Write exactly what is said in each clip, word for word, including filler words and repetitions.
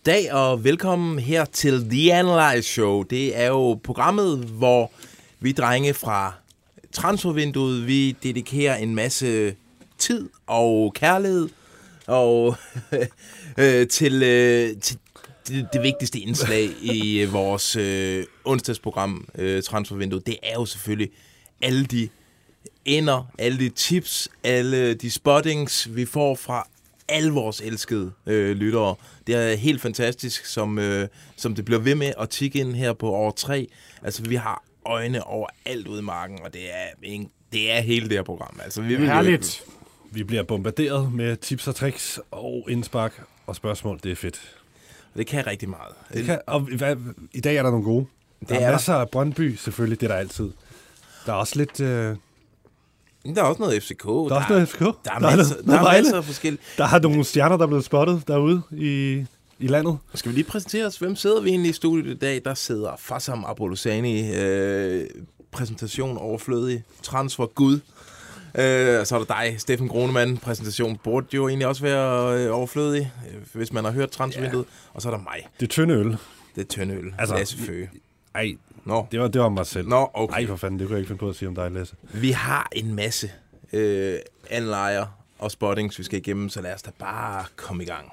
Goddag og velkommen her til The Analyze Show. Det er jo programmet, hvor vi drenge fra transfervinduet, vi dedikerer en masse tid og kærlighed og øh, til, øh, til det, det vigtigste indslag i vores øh, onsdagsprogram, øh, transfervinduet. Det er jo selvfølgelig alle de ender, alle de tips, alle de spottings, vi får fra alle vores elskede øh, lyttere. Det er helt fantastisk, som, øh, som det bliver ved med at tikke ind her på år tre. Altså, vi har øjne over alt ude i marken, og det er, en, det er hele det her program. Altså, vi Herligt. Vi bliver bombarderet med tips og tricks og indspark og spørgsmål. Det er fedt. Det kan rigtig meget. Det kan, og hvad, i dag er der nogle gode. Der Det er, er masser der. af Brøndby, selvfølgelig. Det er der altid. Der er også lidt... Øh, Der er også noget F C K. Der, der er også noget F C K. Der er, der masser, er, der er masser af forskellige. Der har nogle stjerner, der er blevet spottet derude i, i landet. Skal vi lige præsentere os? Hvem sidder vi egentlig i studiet i dag? Der sidder Fassam Abolosani, øh, præsentation overflødig, transfer Gud. Øh, og så er der dig, Steffen Gronemann, præsentation burde jo egentlig også være øh, overflødig, øh, hvis man har hørt transfervinduet. Ja. Og så er der mig. Det er tynde øl. Det er tynde øl. Altså, Lasse Føge. Ej, Nå. det var, det var mig selv. Nå, okay. Ej, for fanden, det kunne jeg ikke finde på at sige om dig, Lasse. Vi har en masse øh, anlejer og spottings, vi skal igennem, så lad os da bare komme i gang.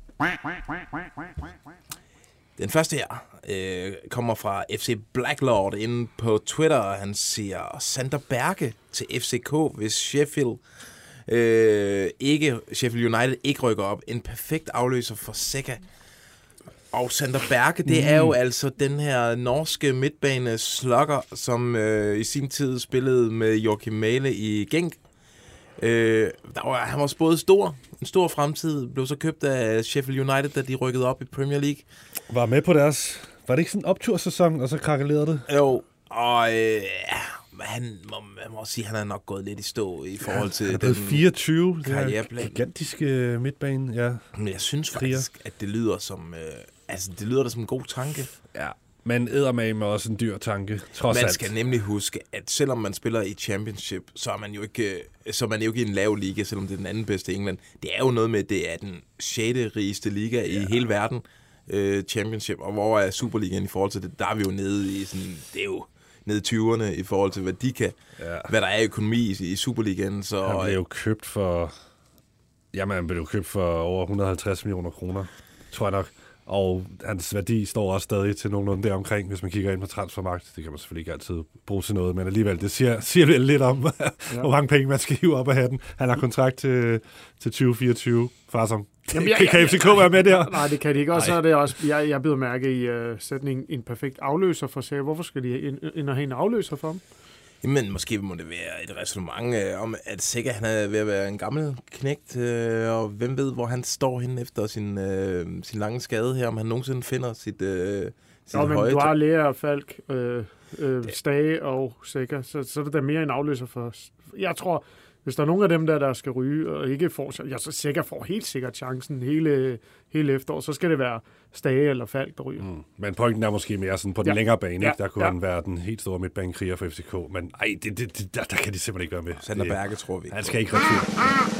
Den første her øh, kommer fra F C Blacklord inde på Twitter, og han siger Sander Berge til F C K, hvis Sheffield, øh, ikke, Sheffield United ikke rykker op. En perfekt afløser for Seca. Og Sander Berge, det er jo altså den her norske midtbane-slugger, som øh, i sin tid spillede med Joachim Mæhle i Genk. Øh, der var, han var både stor, en stor fremtid, blev så købt af Sheffield United, da de rykkede op i Premier League. Var med på deres... Var det ikke sådan en optursæson, og så krakkelerede det? Jo, og øh, han, må, man må sige, han er nok gået lidt i stå i forhold til... Ja, han er blevet fireogtyve, det er karriereplan. gigantiske midtbane, ja. Men jeg synes Kriger. faktisk, at det lyder som... Øh, altså, det lyder da som en god tanke. Ja, men eddermame er også en dyr tanke, trods Man alt. skal nemlig huske, at selvom man spiller i Championship, så er man jo ikke, så er man jo ikke i en lav liga, selvom det er den anden bedste i England. Det er jo noget med, at det er den sjette rigeste liga ja. i hele verden, uh, Championship. Og hvor er Superligaen i forhold til det? Der er vi jo nede i sådan, det er jo nede i tyverne i forhold til, hvad de kan, ja. hvad der er økonomi i, i Superligaen. Så han blev jo købt for, jamen han blev jo købt for over et hundrede og halvtreds millioner kroner, tror jeg nok. Og hans værdi står også stadig til nogenlunde deromkring, hvis man kigger ind på transfermarkt. Det kan man selvfølgelig ikke altid bruge til noget, men alligevel, det siger, siger lidt om, ja. hvor mange penge man skal hive op af hatten. Han har kontrakt til, til tyve fireogtyve. Far som, Jamen, jeg, kan F C K være med der? Nej, det kan de ikke. Og så er det også, jeg, jeg bider mærke i uh, sætningen en perfekt afløser for sig. Hvorfor skal de ind, ind og have en afløser for ham? Jamen, måske må det være et resonemang øh, om, at sikkert han er ved at være en gammel knægt, øh, og hvem ved, hvor han står henne efter sin, øh, sin lange skade her, om han nogensinde finder sit, øh, sit Nå, men høje... du har Lea, Falk, øh, øh, Stage og Sikker, så, så er det da mere en afløser for os. Jeg tror, hvis der er nogen af dem der, der skal ryge, og ikke får, jeg så Sikker får helt sikkert chancen hele, hele efterår, så skal det være Stage eller Falk, der ryger. Mm. Men pointen er måske mere sådan på den ja. længere bane, ja. der kunne ja. han være den helt store midtbanekriger for F C K, men ej, det, det, det, der, der kan de simpelthen ikke være med. Sander Berge, tror vi. Han skal ikke retur.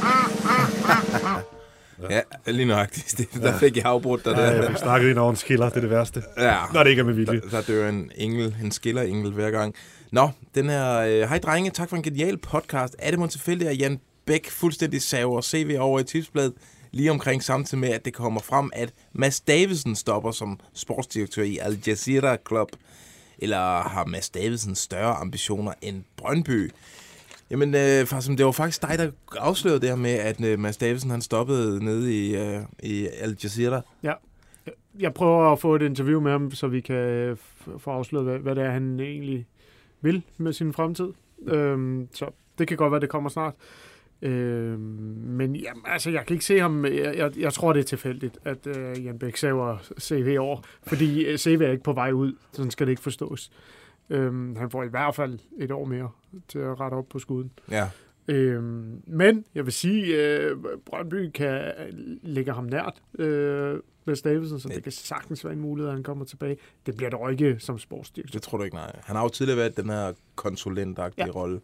Ja, lige nøjagtigt. Der fik jeg afbrudt dig der. Ja, jeg fik snakket ind over en skiller, det er det værste. Ja. Når det ikke er med vilje. Der, der dør en engel, en skiller-engel hver gang. Nå, den her... Øh, hej drenge, tak for en genial podcast. Er det måske tilfældigt, at Jan Bæk fuldstændig saver C V over i tipsbladet, lige omkring samtidig med, at det kommer frem, at Mads Davidsen stopper som sportsdirektør i Al Jazeera Club? Eller har Mads Davidsen større ambitioner end Brøndby? Jamen, øh, det var faktisk dig, der afslørede det her med, at øh, Mads Davidsen han stoppede nede i, øh, i Al Jazeera. Ja, jeg prøver at få et interview med ham, så vi kan få afsløret, hvad, hvad det er, han egentlig vil med sin fremtid. Øhm, så det kan godt være, det kommer snart. Øhm, men jamen, altså, jeg kan ikke se ham. Jeg, jeg, jeg tror, det er tilfældigt, at øh, Jan Bæk saver C V over, fordi øh, C V er ikke på vej ud. Sådan skal det ikke forstås. Øhm, han får i hvert fald et år mere til at rette op på skuden. Ja. Øhm, men jeg vil sige, øh, Brøndby kan ligge ham nært, øh, Mads Davidsen, så det kan sagtens være en mulighed, at han kommer tilbage. Det bliver dog ikke som sportsdirektør. Det tror du ikke, nej. Han har jo tidligere været den her konsulentagtige ja. rolle.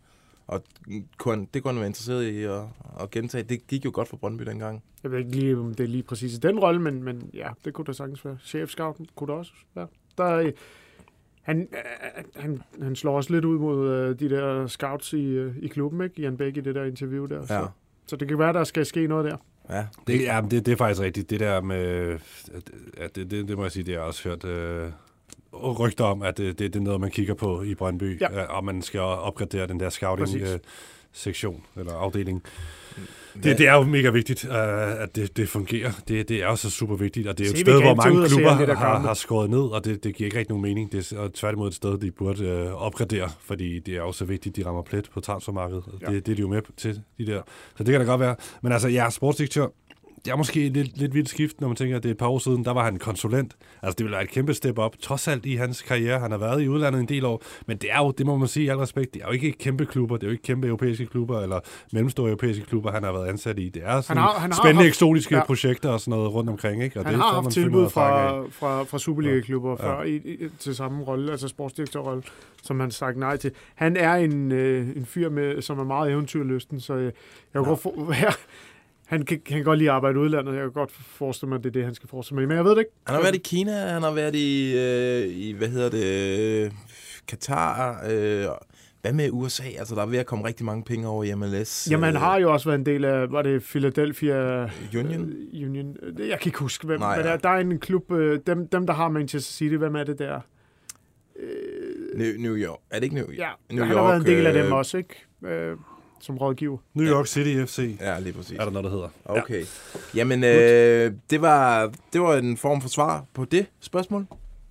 Og kun, det kunne han være interesseret i at, at gentage. Det gik jo godt for Brøndby dengang. Jeg ved ikke lige, om det er lige præcis i den rolle, men, men ja, det kunne da sagtens være. Chef-scouten kunne det også være. Der, han, han, han slår også lidt ud mod uh, de der scouts i, uh, i klubben, ikke? Jan Bæk i det der interview der. Ja. Så, så det kan være, der skal ske noget der. Ja, det, ja, det, det er faktisk rigtigt. Det der med, ja, det, det, det må jeg sige, det har jeg også hørt øh, rygter om, at det, det, det er noget, man kigger på i Brøndby, ja. øh, og man skal opgradere den der scouting-sektion øh, eller afdeling. Det, det er jo mega vigtigt, uh, at det, det fungerer. Det, det er også super vigtigt, og det er jo et sted, hvor mange klubber har, har skåret ned, og det, det giver ikke rigtig nogen mening. Det er tværtimod et sted, de burde uh, opgradere, fordi det er også vigtigt, de rammer plet på transfermarkedet. Ja. Det, det er de jo med til, de der. Så det kan da godt være. Men altså, jeg er sportsdirektør. Det er måske lidt, lidt vildt skift, når man tænker, at det er et par år siden, der var han konsulent. Altså, det ville være et kæmpe step op, trods alt i hans karriere. Han har været i udlandet en del år, men det er jo, det må man sige i al respekt, det er jo ikke kæmpe klubber, det er jo ikke kæmpe europæiske klubber, eller mellemstore europæiske klubber, han har været ansat i. Det er sådan han har, han spændende, haft, eksotiske ja. projekter og sådan noget rundt omkring, ikke? Og han det, har haft tilbud fra, fra, fra Superliga-klubber ja. før i, i, til samme rolle, altså sportsdirektørrolle, som han sagt nej til. Han er en, øh, en fyr, med, som er meget eventyrlysten, så jeg, jeg kan ja. godt få... Han kan, han kan godt lide at arbejde i udlandet. Jeg kan godt forestille mig, at det er det, han skal forestille mig. Men jeg ved det ikke. Han har været i Kina, han har været i, øh, i hvad hedder det, Katar. Øh, hvad med U S A? Altså, der er ved at komme rigtig mange penge over i M L S. Jamen, han har jo også været en del af, var det Philadelphia Union? Uh, Union. Jeg kan ikke huske, hvem. Nej, ja. der, der er en klub, øh, dem, dem, der har Manchester City, hvem er det der? Øh, New, New York. Er det ikke New York? Ja, New han York, har været en del af øh, dem også, ikke? Øh, som rådgiver. New York City F C. Ja, lige præcis. Er der noget, der hedder. Okay. Ja. Jamen, øh, det, var, det var en form for svar på det spørgsmål.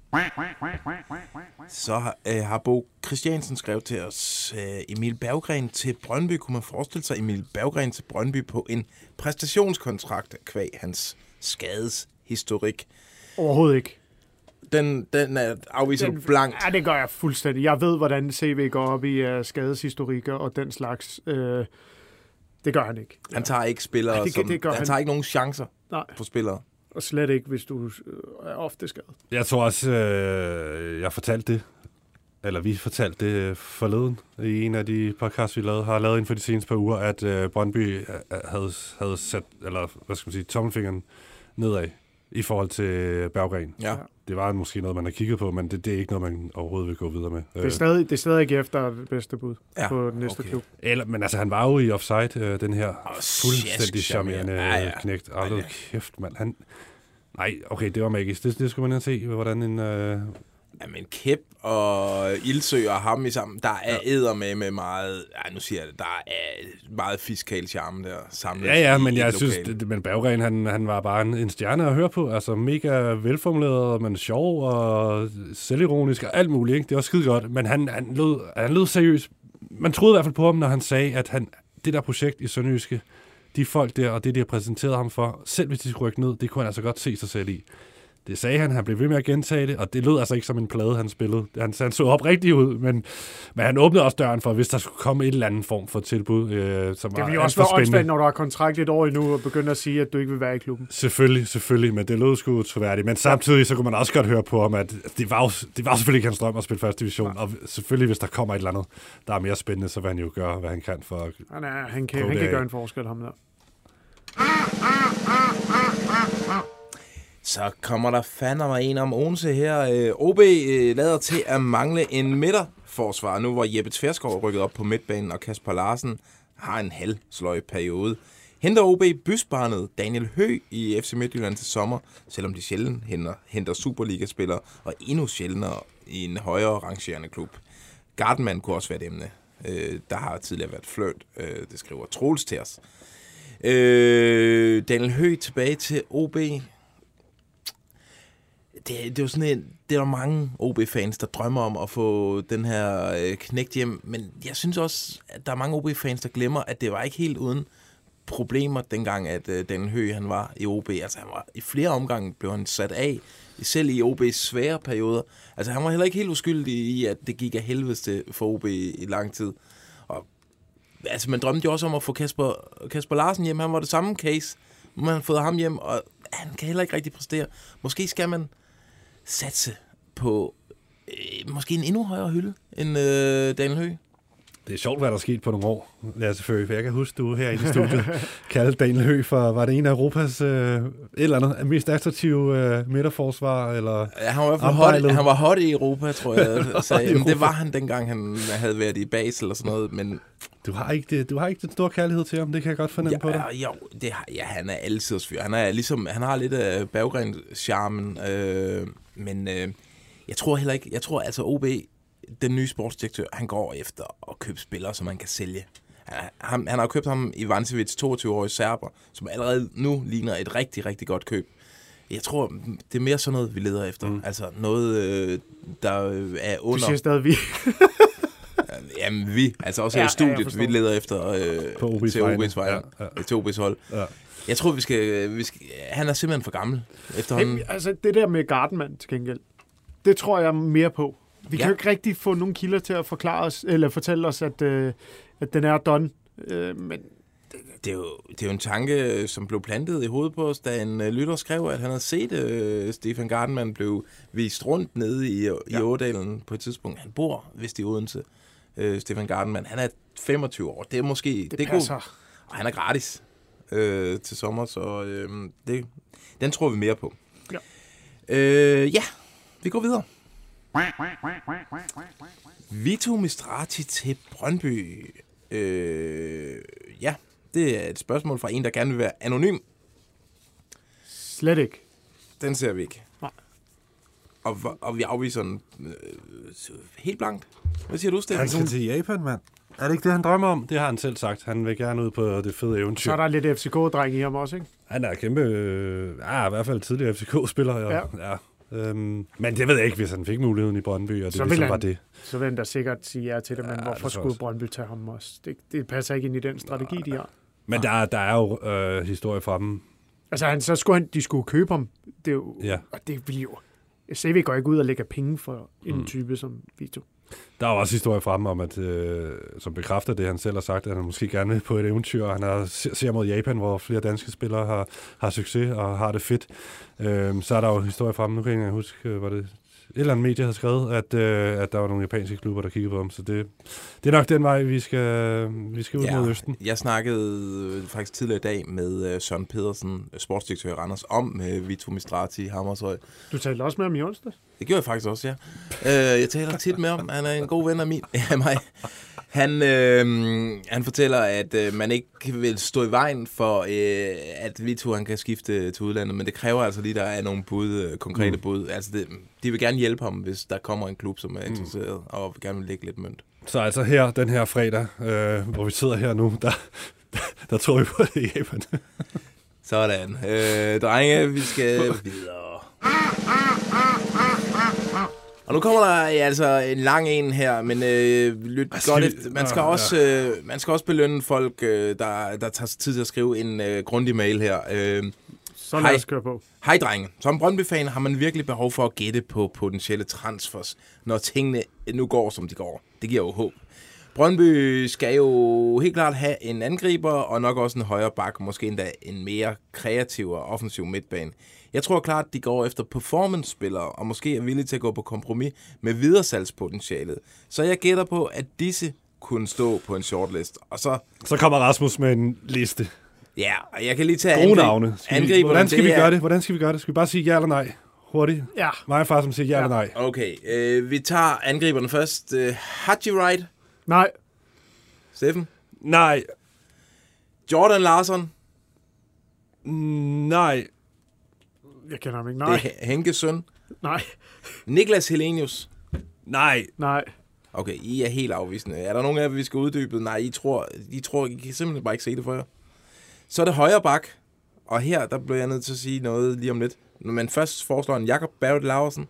Så øh, har Bo Christiansen skrevet til os, øh, Emil Berggren til Brøndby. Kunne man forestille sig Emil Berggren til Brøndby på en præstationskontrakt kvæg hans skadeshistorik? Overhovedet ikke. Den, den er afviser den, du blankt. Ja, det gør jeg fuldstændig. Jeg ved, hvordan C V går op i uh, skadeshistorikker og den slags. Uh, det gør han ikke. Han tager ikke spillere, ja, det, som, det han, han tager ikke nogen chancer Nej. på spillere. Og slet ikke, hvis du er ofte skadet. Jeg tror også, øh, jeg fortalte det, eller vi fortalte det forleden i en af de podcasts, vi lavede, har lavet inden for de seneste par uger, at øh, Brøndby havde, havde sat, eller hvad skal man sige, tommelfingeren nedad i forhold til Berggren. Ja. Det var måske noget, man har kigget på, men det, det er ikke noget, man overhovedet vil gå videre med. Det er stadig, det er stadig ikke efter det bedste bud ja, på den næste okay. klub. Eller, men altså, han var jo i offside, øh, den her oh, fuldstændig charmerende ja, ja. knægt. Ej, ja. Kæft, mand. Han... Nej, okay, det var magisk. Det, det skulle man se, hvordan en... Øh... Jamen, Kæp og Ildsø og ham i sammen, der er æder med med meget, ja, nu siger jeg det, der er meget fiskal charme der samlet. Ja, ja, men jeg synes, det, men Berggren, han, han var bare en, en stjerne at høre på, altså mega velformuleret, men sjov og selvironisk og alt muligt, ikke? Det var skide godt, men han, han, lød, han lød seriøs. Man troede i hvert fald på ham, når han sagde, at han, det der projekt i Sønderjyske, de folk der, og det, de har præsenteret ham for, selv hvis de skulle rykke ned, det kunne han altså godt se sig selv i. Det sagde han, han blev ved med at gentage det, og det lød altså ikke som en plade, han spillede. Han, han så oprigtigt ud, men, men han åbnede også døren for, hvis der skulle komme et eller andet form for tilbud, øh, som det vil jo også være åndssvagt, når du har kontrakt et år endnu, og begynder at sige, at du ikke vil være i klubben. Selvfølgelig, selvfølgelig, men det lød sgu troværdigt. Men samtidig så kunne man også godt høre på ham, at det var, jo, det var selvfølgelig ikke hans drøm at spille første division, ja. Og selvfølgelig, hvis der kommer et eller andet, der er mere spændende, så vil han jo gøre, hvad han kan for at han, er, han kan, han kan gøre en forskel, ham der. Så kommer der fandme en om Odense her. O B lader til at mangle en midterforsvar. Nu hvor Jeppe Tversgaard rykket op på midtbanen, og Kasper Larsen har en halvsløj periode. Henter O B bysbarnet Daniel Høgh i F C Midtjylland til sommer, selvom de sjældent henter, henter Superliga-spillere, og endnu sjældnere i en højere rangerende klub. Gardenman kunne også være et emne. Øh, der har tidligere været fløjt. Øh, det skriver Troels til os. Øh, Daniel Høgh tilbage til O B. Det, det er jo sådan en, det er der mange O B-fans, der drømmer om at få den her øh, knægt hjem, men jeg synes også, at der er mange O B-fans, der glemmer, at det var ikke helt uden problemer, dengang at øh, Daniel Høgh, han var i O B. Altså han var, i flere omgange blev han sat af, selv i O B's svære perioder. Altså han var heller ikke helt uskyldig i, at det gik af helvede for O B i lang tid. Og altså man drømte jo også om at få Kasper, Kasper Larsen hjem, han var det samme case. Man har fået ham hjem, og han kan heller ikke rigtig præstere. Måske skal man satse på øh, måske en endnu højere hylde end øh, Daniel Høgh. det er sjovt, hvad der er sket på nogle år, Lasse Føge, for jeg kan huske, du herinde i studiet kaldte Daniel Høgh for, var det en af Europas øh, et eller andet, mest attraktive øh, midterforsvar, eller ja, han var i hvert fald hot, han var hot i Europa, tror jeg. Så, jamen, det var han dengang, han havde været i Basel og sådan noget, men... Du har ikke, det, du har ikke den store kærlighed til ham, det kan jeg godt fornemme ja, på dig. Jo, det har, ja, han er altid fyr. Han er ligesom, han har lidt af Berggren-charmen, øh, men øh, jeg tror heller ikke, jeg tror altså O B, den nye sportsdirektør, han går efter at købe spillere, som man kan sælge. Han, han har købt ham i Vancevic, toogtyve-årig serber, som allerede nu ligner et rigtig, rigtig godt køb. Jeg tror, det er mere sådan noget, vi leder efter. Mm. Altså noget, øh, der er under... Du siger stadig vi. Jamen vi, altså også ja, i studiet, ja, vi leder efter øh, på O B's til O B's vej, ja, ja. til O B's hold. Ja. Jeg tror, vi skal, vi skal... Han er simpelthen for gammel efterhånden. Hey, altså det der med Gardenman til gengæld, det tror jeg mere på. Vi ja. kan jo ikke rigtig få nogle kilder til at forklare os, eller fortælle os, at, øh, at den er done. Øh, men det er, jo, det er jo en tanke, som blev plantet i hovedet på os, da en uh, lytter skrev, at han havde set uh, Stefan Gardenman blev vist rundt nede i, i ja. Ådalen på et tidspunkt. Han bor vist i Odense, uh, Stefan Gardenman. Han er femogtyve år. Det er måske... Det, det passer. God, og han er gratis uh, til sommer, så uh, det, den tror vi mere på. Ja, uh, ja vi går videre. Vito Mistrati til Brøndby. Øh, ja, det er et spørgsmål fra en, der gerne vil være anonym. Slet ikke. Den ser vi ikke. Nej. Og, og vi afviser den øh, helt blankt. Hvad siger du, Steffen? Han skal til Japan, mand. Er det ikke det, han drømmer om? Det har han selv sagt. Han vil gerne ud på det fede eventyr. Så er der lidt F C K-dreng i ham også, ikke? Han er kæmpe... Øh, ja, i hvert fald tidligere F C K-spiller. Ja. ja. Øhm, men det ved jeg ikke, hvis han fik muligheden i Brøndby, og det ligesom var det. Så vil han da sikkert sige ja til det, men ja, hvorfor det skulle Brøndby tage ham også? Det, det passer ikke ind i den strategi, ja, de har. Men der, der er jo øh, historie fra dem. Altså, han, så skulle han, de skulle købe ham. Det er jo, ja. Og det vil jo... C V går ikke ud og lægger penge for en mm. type som Vito. Der er også historie fra ham om, at, øh, som bekræfter det, han selv har sagt, at han måske gerne vil på et eventyr. Han har, ser mod Japan, hvor flere danske spillere har, har succes og har det fedt. Øh, så er der jo historie fra ham. Nu kan jeg ikke huske, var det et eller andet medie havde skrevet, at, øh, at der var nogle japanske klubber, der kiggede på ham. Så det, det er nok den vej, vi skal, vi skal ud ja, mod Østen. Jeg snakkede faktisk tidligere i dag med uh, Søren Pedersen, sportsdirektør i Randers, om uh, Vito Mistrati i Hammershøj. Du talte også med ham i onsdag? Det gjorde jeg faktisk også, ja. Uh, jeg taler tit med ham. Han er en god ven af min. Ja, mig. Han, øh, han fortæller, at øh, man ikke vil stå i vejen for, øh, at Vito han kan skifte til udlandet, men det kræver altså lige, der er nogle bud, øh, konkrete mm. bud. Altså det, de vil gerne hjælpe ham, hvis der kommer en klub, som er interesseret, mm. og vil gerne vil lægge lidt mønt. Så altså her, den her fredag, øh, hvor vi sidder her nu, der, der, der tror vi på det i Japan. Sådan. Øh, drenge, vi skal videre. Og nu kommer der altså en lang en her, men øh, lyt godt efter. Man skal, også, øh, man skal også belønne folk, øh, der, der tager sig tid til at skrive en øh, grundig mail her. Øh, Så lad os køre på. Hej drenge. Som Brøndby-fan har man virkelig behov for at gætte på potentielle transfers, når tingene nu går, som de går. Det giver jo håb. Brøndby skal jo helt klart have en angriber, og nok også en højre bak, måske endda en mere kreativ og offensiv midtbane. Jeg tror klart, de går efter performance-spillere, og måske er villige til at gå på kompromis med videresalgspotentialet. Så jeg gætter på, at disse kunne stå på en shortlist. Og så, så kommer Rasmus med en liste. Ja, og jeg kan lige tage angriber. navne. Angriber. Hvordan skal vi gøre det? Hvordan skal vi gøre det? Skal vi bare sige ja eller nej? Hurtigt. Ja. Mig og far, som siger ja, ja. eller nej. Okay, øh, vi tager angriberne først. Uh, Haji Wright. Nej. Steffen? Nej. Jordan Larsson? Nej. Jeg kender ham ikke. Nej. Det er Henkes søn? Nej. Niklas Helenius? Nej. Nej. Okay, I er helt afvisende. Er der nogen af jer, vi skal uddybe? Nej, I tror, I tror, I kan simpelthen bare ikke se det for jer. Så er det højre bak. Og her, der bliver jeg nødt til at sige noget lige om lidt. Men først foreslår en Jakob Barrett Laursen.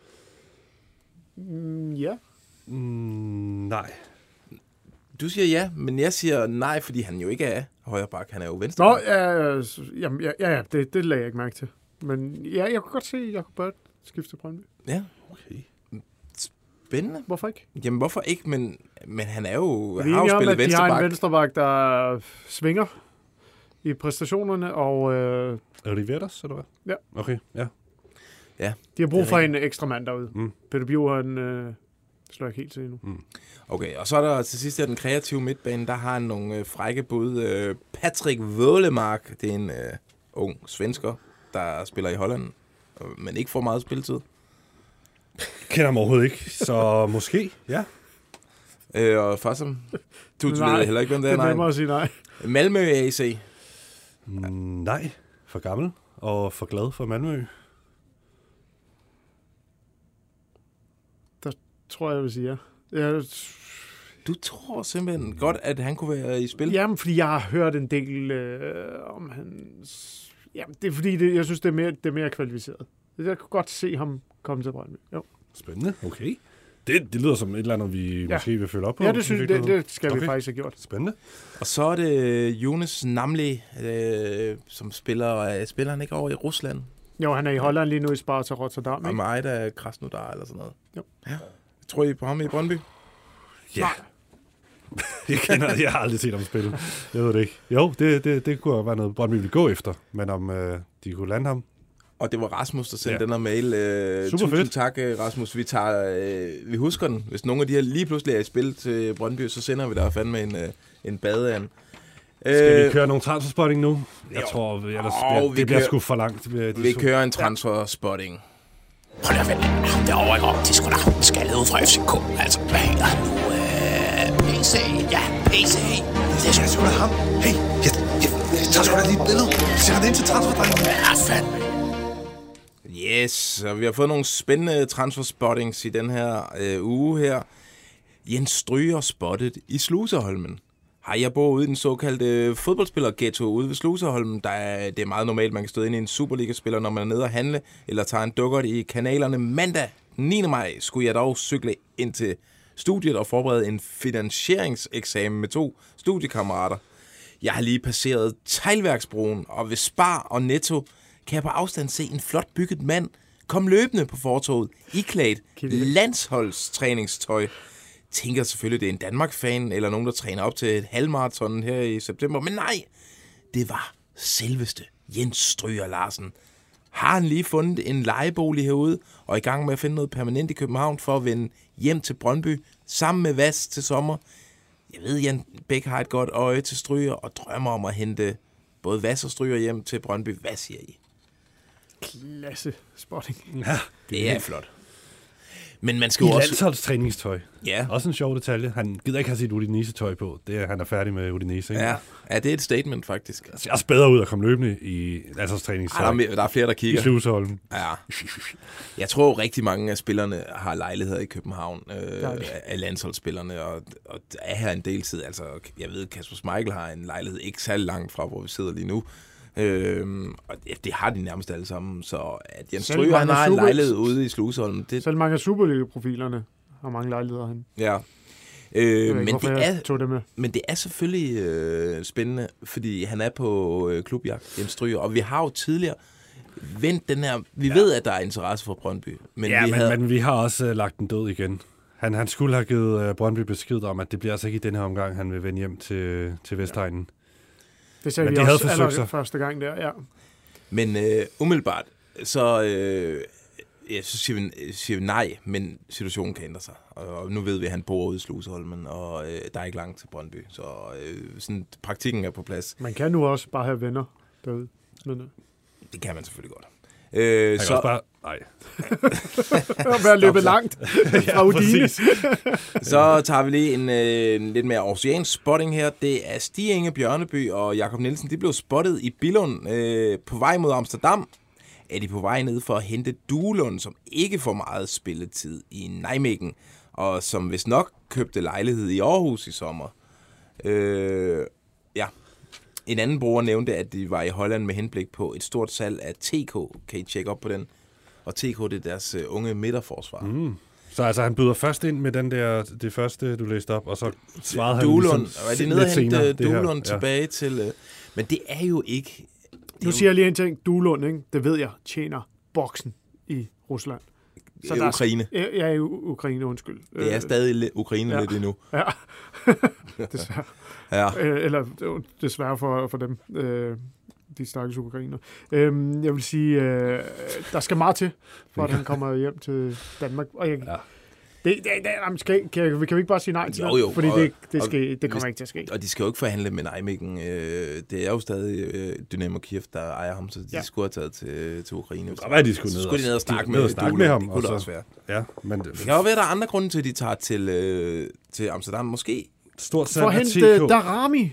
Mm, ja. Mm, nej. Du siger ja, men jeg siger nej, fordi han jo ikke er højre bak. Han er jo venstre bak. Nå, ja, jamen, ja, ja, det, det lagde jeg ikke mærke til. Men ja, jeg kunne godt se, at Jakob Barrett skifte til Brøndby. Ja, okay. Spændende. Hvorfor ikke? Jamen, hvorfor ikke? Men, men han er jo... Vi er enige om, at de har en venstreback, der svinger i præstationerne, og... Øh, Riveras, eller hvad? Ja. Okay, ja. Ja. De har brug for en ekstra mand derude. Mm. Peter Bjur, han... Øh, Det slår jeg ikke helt til endnu. Mm. Okay, og så er der til sidst her den kreative midtbane, der har han nogle øh, frække bud. Øh, Patrick Wålemark, det er en øh, ung svensker, der spiller i Holland, men ikke får meget spilletid. Jeg kender ham overhovedet ikke, så måske, ja. Øh, og Fossum, du ved heller ikke, hvem det er. Det er nemmere at sige nej. Malmø A C. Mm, nej, for gammel og for glad for Malmø. Der tror jeg, jeg vil sige ja. Jeg... Du tror simpelthen godt, at han kunne være i spil? Jamen, fordi jeg har hørt en del øh, om hans... Jamen, det er fordi, det, jeg synes, det er, mere, det er mere kvalificeret. Jeg kunne godt se ham komme til Brøndby. Jo. Spændende, okay. Det, det lyder som et eller andet, vi ja. måske vil følge op på. Ja, det synes det, det skal okay. vi faktisk have gjort. Spændende. Og så er det Jonas Namli, øh, som spiller... Spiller han ikke over i Rusland? Jo, han er i Holland lige nu i Sparta Rotterdam. Og mig, der er Krasnodar eller sådan noget. Jo. Ja. Tror I på ham i Brøndby? Ja. jeg, kender, jeg har aldrig set ham spille. Jeg ved det ikke. Jo, det, det, det kunne være noget, Brøndby ville gå efter. Men om øh, de kunne lande ham. Og det var Rasmus, der sendte ja. den her mail. Øh, Super tusind fedt. tak, Rasmus. Vi, tager, øh, vi husker den. Hvis nogle af de her lige pludselig er i spil til Brøndby, så sender vi der fandme en, øh, en badeand. Skal vi køre nogle transferspotting nu? Jeg jo. tror, ellers, oh, det, det bliver sgu for langt. Det bliver, vi kører en transferspotting. Hold da, ven. Derovre ikke om. Det er sgu da skaldet ud fra F C K. Altså, hvad hedder han nu? Øh, P C. Ja, P C. Det er sgu da ham. Hey, jeg, jeg, jeg tager sgu da lige et billede. Sætter det ind til transferdrengen. Ja, fandme. Yes, så vi har fået nogle spændende transferspottings i den her øh, uge her. Jens Stryger spottet i Sluseholmen. Har jeg bor ude i den såkaldte fodboldspiller-ghetto ude ved Sluseholmen. Der er, det er meget normalt, man kan stå ind i en Superliga-spiller, når man er nede og handle, eller tager en dukkert i kanalerne. Mandag niende maj skulle jeg dog cykle ind til studiet og forberede en finansieringseksamen med to studiekammerater. Jeg har lige passeret Teglværksbroen, og ved Spar og Netto kan jeg på afstand se en flot bygget mand komme løbende på fortovet, iklædt landsholdstræningstøj. Tænker selvfølgelig, det er en Danmark-fan, eller nogen, der træner op til et halvmarathon her i september. Men nej, det var selveste Jens Stryger Larsen. Har han lige fundet en lejebolig herude, og er i gang med at finde noget permanent i København for at vende hjem til Brøndby, sammen med Vas til sommer. Jeg ved, Jan Bæk har et godt øje til Stryger, og drømmer om at hente både Vas og Stryger hjem til Brøndby. Hvad siger I? Klasse spotting. Ja, det er flot. Men man skal jo I også... landsholdstræningstøj. Ja. Også en sjov detalje. Han gider ikke have sit Udinese-tøj på. Det er, han er færdig med Udinese, ikke? Ja. ja, det er et statement, faktisk. Det ser også bedre ud at komme løbende i landsholdstræningstøj. Ej, der, er, der er flere, der kigger. I Sluseholmen. Ja. Jeg tror rigtig mange af spillerne har lejligheder i København. Øh, af landsholdsspillerne, og, og der er her en del tid. Altså, jeg ved, Kasper Schmeichel har en lejlighed ikke særlig langt fra, hvor vi sidder lige nu. Øhm, og det, det har de nærmest alle sammen, så at Jens Stryger, han har en lejlighed ude i Sluseholmen. Det... Selv mange af Superliga-profilerne har mange lejligheder hen. Ja. Øh, men, ikke, det er, tog det med. men det er selvfølgelig øh, spændende, fordi han er på øh, klubjagt, Jens Stryger, og vi har jo tidligere vendt den her... Vi ja. ved, at der er interesse for Brøndby. Men ja, vi men, havde... men vi har også uh, lagt den død igen. Han, han skulle have givet uh, Brøndby besked om, at det bliver altså ikke i den her omgang, han vil vende hjem til, til Vestegnen. Ja. Det sagde men vi de også havde allerede første gang der, ja. Men øh, umiddelbart, så, øh, ja, så siger, vi, siger vi nej, men situationen kan ændre sig. Og nu ved vi, at han bor ude i Sluseholmen, og øh, der er ikke langt til Brøndby. Så øh, sådan, praktikken er på plads. Man kan nu også bare have venner derude. Men, øh. Det kan man selvfølgelig godt. Øh, han så... kan også bare... Nej. Være løbet langt fra Udine. Så tager vi lige en, øh, en lidt mere oceansk spotting her. Det er Stig Inge Bjørneby og Jakob Nielsen. De blev spottet i Billund øh, på vej mod Amsterdam. Er de på vej ned for at hente Duelund, som ikke får meget spilletid i Nijmegen, og som vist nok købte lejlighed i Aarhus i sommer. Øh, ja. En anden bruger nævnte, at de var i Holland med henblik på et stort salg af T K. Kan I tjekke op på den? Og T K, det er deres uh, unge midterforsvar. Mm. Så altså, han byder først ind med den der, det første, du læste op, og så svarede Duelund. han ligesom og er de nede og hente Duelund ja. tilbage til... Uh, men det er jo ikke... Nu siger jeg lige en ting. Duelund, ikke? Det ved jeg, tjener boksen i Rusland. Så der Ukraine. Er, ja, i Ukraine, undskyld. Det er stadig Ukraine ja. lidt endnu. Ja, desværre. Ja. Eller desværre for, for dem, de stakkels ukrainer. Jeg vil sige, der skal meget til, for at han kommer hjem til Danmark. Og jeg, ja. Det, det, det, jamen, skal, kan, kan vi ikke bare sige nej til Jo, det? jo, Fordi og- det, det, og skal, det kommer hvis- ikke til at ske. Og de skal jo ikke forhandle med Nijmegen. Øh, det er jo stadig øh, Dynamo Kiev, der ejer ham, så de Ja. skulle have taget til, til Ukraine. Det kan være, de skulle Så ned skulle de ned og snakke med, ned og snakke Dulan. med ham, Det kunne og det så- også være. Ja, men Det kan jo være, at der er andre grunde til, at de tager til, øh, til Amsterdam. Måske. stort For salg at af hente T K. Darami.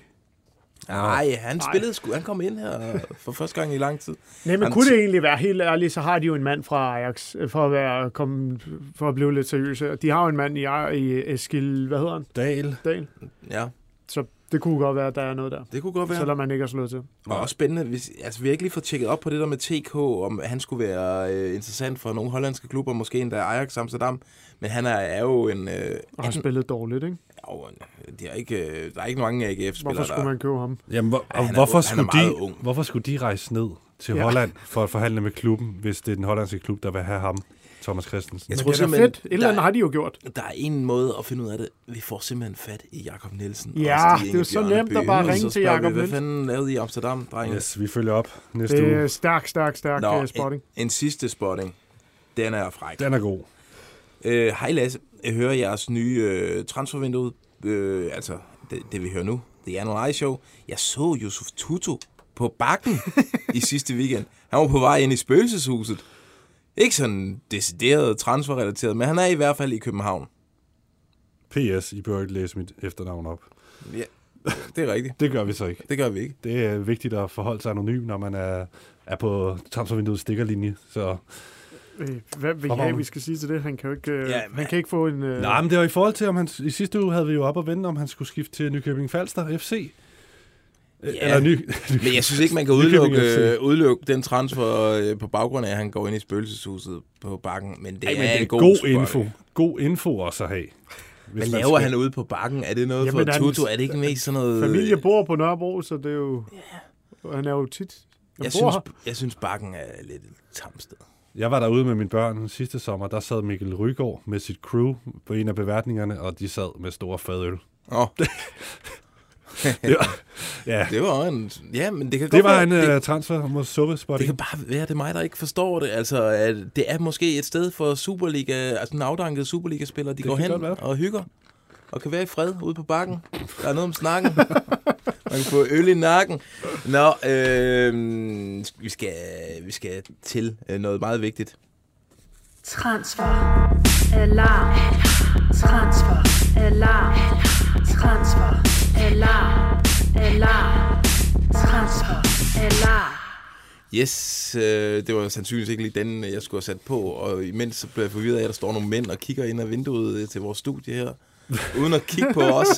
Nej, han Nej. spillede sgu. Han kom ind her for første gang i lang tid. Nej, men Han kunne t- det egentlig være helt ærligt, så har de jo en mand fra Ajax, øh, for at, være, komme, for at blive lidt seriøse. De har jo en mand i, i Eskil, hvad hedder han? Dal. Dahl. Ja, Så det kunne godt være, at der er noget der. det kunne godt være. Selvom man ikke har slået til. Og også spændende. Hvis, altså, vi har ikke lige fået tjekket op på det der med T K, om han skulle være øh, interessant for nogle hollandske klubber, måske endda Ajax Amsterdam. Men han er, er jo en... Øh, Og har spillet dårligt, ikke? jo, en- de er ikke, øh, der er ikke mange A G F-spillere, Hvorfor skulle man købe ham? Jamen, hvor, Ja, og han er hvorfor, ung- han er skulle meget de, ung. hvorfor skulle de rejse ned til Ja. Holland for at forhandle med klubben, hvis det er den hollandske klub, der vil have ham, Thomas Christensen? Jeg Men tror det er da simpelthen, fedt. Et eller andet der- har de jo gjort. Der er en måde at finde ud af det. Vi får simpelthen fat i Jakob Nielsen. Ja, og Stig det er jo så Inge nemt at Bjørnebø. bare Så ringe til spørger vi, Jakob Hvad Nielsen. fanden lavede I i Amsterdam, drenge? Yes, vi følger op næste Det uge. er stærk, stærk, stærk Nå, uh, spotting. En, en sidste spotting. Den er fræk. Den er god. Øh, Hej Lasse. Jeg hører jeres nye øh, transfervindue. Øh, altså, det, det vi hører nu. The Analyze Show. Jeg så Yusuf Tutu på bakken i sidste weekend. Han var på vej ind i spøgelseshuset. Ikke sådan decideret transferrelateret, men han er i hvert fald i København. P S, I bør ikke læse mit efternavn op. Ja, det er rigtigt. Det gør vi så ikke. Det gør vi ikke. Det er vigtigt at forholde sig anonym, når man er, er på transfervinduets stikkerlinje. Så Øh, Hvad vil I have, vi skal sige til det? Han kan jo ikke, øh, Ja, han men- kan ikke få en... Øh, Nej, men det var i forhold til, om han... I sidste uge havde vi jo op og vende, om han skulle skifte til Nykøbing Falster F C. Ja, Eller ny, Men jeg synes ikke, man kan Nykøbing udelukke, F C. øh, udelukke den transfer øh, på baggrund af, at han går ind i spøgelseshuset på bakken. Men det Ej, er men det en er god, god spot. info. God info også at have. Hvis Hvad man laver skal- han ude på bakken? Er det noget Jamen, for han- Tutu? Er det ikke mest sådan noget... Familie bor på Nørrebro, så det er jo... Yeah. Han er jo tit... Han Jeg bor synes, her. jeg synes, bakken er lidt et tamt sted. Jeg var derude med mine børn sidste sommer. Der sad Mikkel Rygaard med sit crew på en af beværtningerne, og de sad med store fadøl. Åh, Det var, ja, det var en... Ja, men det kan det godt var være, en det, uh, transfer mod det Suppe-spotting. kan bare være, det er mig, der ikke forstår det. Altså, at det er måske et sted for Superliga, altså en afdanket Superliga-spillere, de Det går kan hen godt være. og hygger. Og kan være i fred ude på bakken. Der er noget om snakken. Man kan få øl i nakken. Nå, øh, vi, skal, vi skal til øh, noget meget vigtigt. Transfer. Alarm. Transfer. Alarm. Transfer. Alarm. Alarm. Transfer. Alarm. Yes, øh, det var sandsynligvis ikke lige den, jeg skulle have sat på. Og imens så blev jeg forvirret af, at der står nogle mænd og kigger ind ad vinduet øh, til vores studie her. Uden at kigge på os.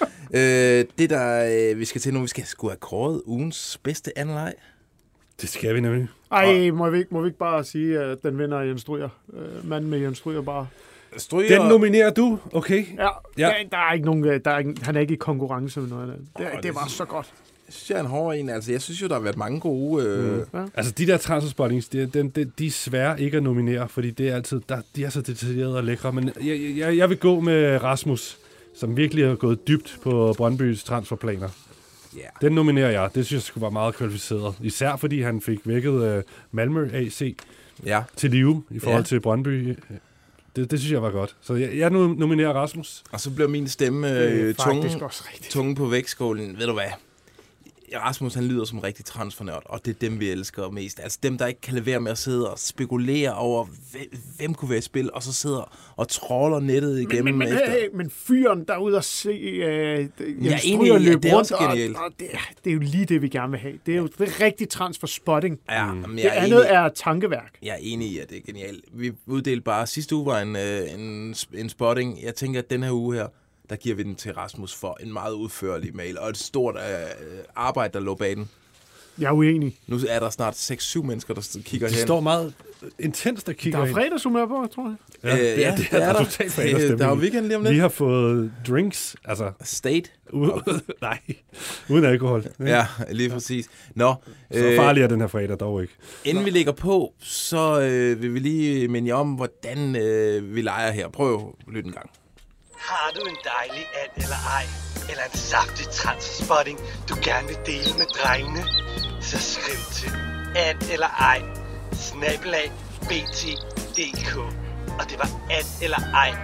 Øh, det der, øh, vi skal til nu, vi skal sgu have kåret ugens bedste anleg. Det skal vi nemlig. Ej, må vi, ikke, må vi ikke bare sige, at den vinder Jens Stryger? Øh, manden med Jens Stryger bare... Stryger, Den nominerer du, okay? Ja, Ja. ja. Der, der er ikke nogen... Der er ikke, han er ikke i konkurrence med noget af det. Det, Åh, det, det var synes- så godt. Jeg synes, jeg er en hård en. Altså, jeg synes jo, der har været mange gode... Øh, Ja. Altså, de der transferspottings, de, de, de, de er svære ikke at nominere, fordi det er altid, der, de er så detaljerede og lækre. Men jeg, jeg, jeg vil gå med Rasmus, som virkelig har gået dybt på Brøndbys transferplaner. yeah. Den nominerer jeg. Det synes jeg skulle være meget kvalificeret. Især fordi han fik vækket uh, Malmö A C Ja, til live i forhold Ja. til Brøndby. Det, det synes jeg var godt. Så jeg, jeg nu nominerer Rasmus. og så bliver min stemme Det er øh, faktisk tunge, også rigtigt. tunge på vægtskålen. Ved du hvad? Rasmus, han lyder som en rigtig transfernørd, og det er dem, vi elsker mest. Altså dem, der ikke kan lade være med at sidde og spekulere over, hvem, hvem kunne være i spil, og så sidder og tråler nettet igennem Men, men, men, efter. hey, men fyren derude og se uh, Jens enig i, Stryger at løbe det er rundt, også og, genialt. og det, er, det er jo lige det, vi gerne vil have. Det er jo det er rigtig transfer spotting. Ja, men Det jeg er, andet enig, er tankeværk. jeg er enig i, at det er genialt. Vi uddelte bare, sidste uge var en, øh, en, en spotting. Jeg tænker, at den her uge her, der giver vi den til Rasmus for en meget udførlig mail, og et stort øh, arbejde, der lå bag den. Jeg er uenig. Nu er der snart seks syv mennesker, der kigger De hen. står meget intenst og Der kigger er ind. fredagshumør på, tror jeg. Ja, det er, det er, det der er der. totalt Øh, fredagsstemning. Der er jo weekend lige om Vi lidt. har fået drinks, altså State. uden, nej, uden alkohol. Ja, lige præcis. Nå, Så farlig er den her fredag dog ikke. inden vi lægger på, så øh, vil vi lige minde jer om, hvordan øh, vi leger her. Prøv at lytte en gang. Har du en dejlig and eller ej, eller en saftig transferspotting, du gerne vil dele med drengene? Så skriv til and eller ej, snabelag bt punktum d k. Og det var and eller ej,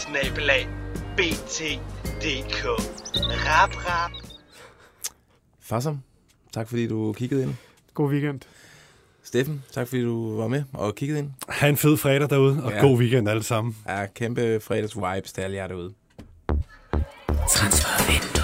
snabelag b t punktum d k. Rap, rap. Farsam, tak fordi du kiggede ind. God weekend. Steffen, tak fordi du var med og kiggede ind. Ha' en fed fredag derude, og Ja. god weekend alle sammen. Ja, kæmpe fredags vibes til alle jer derude. Transfervindue.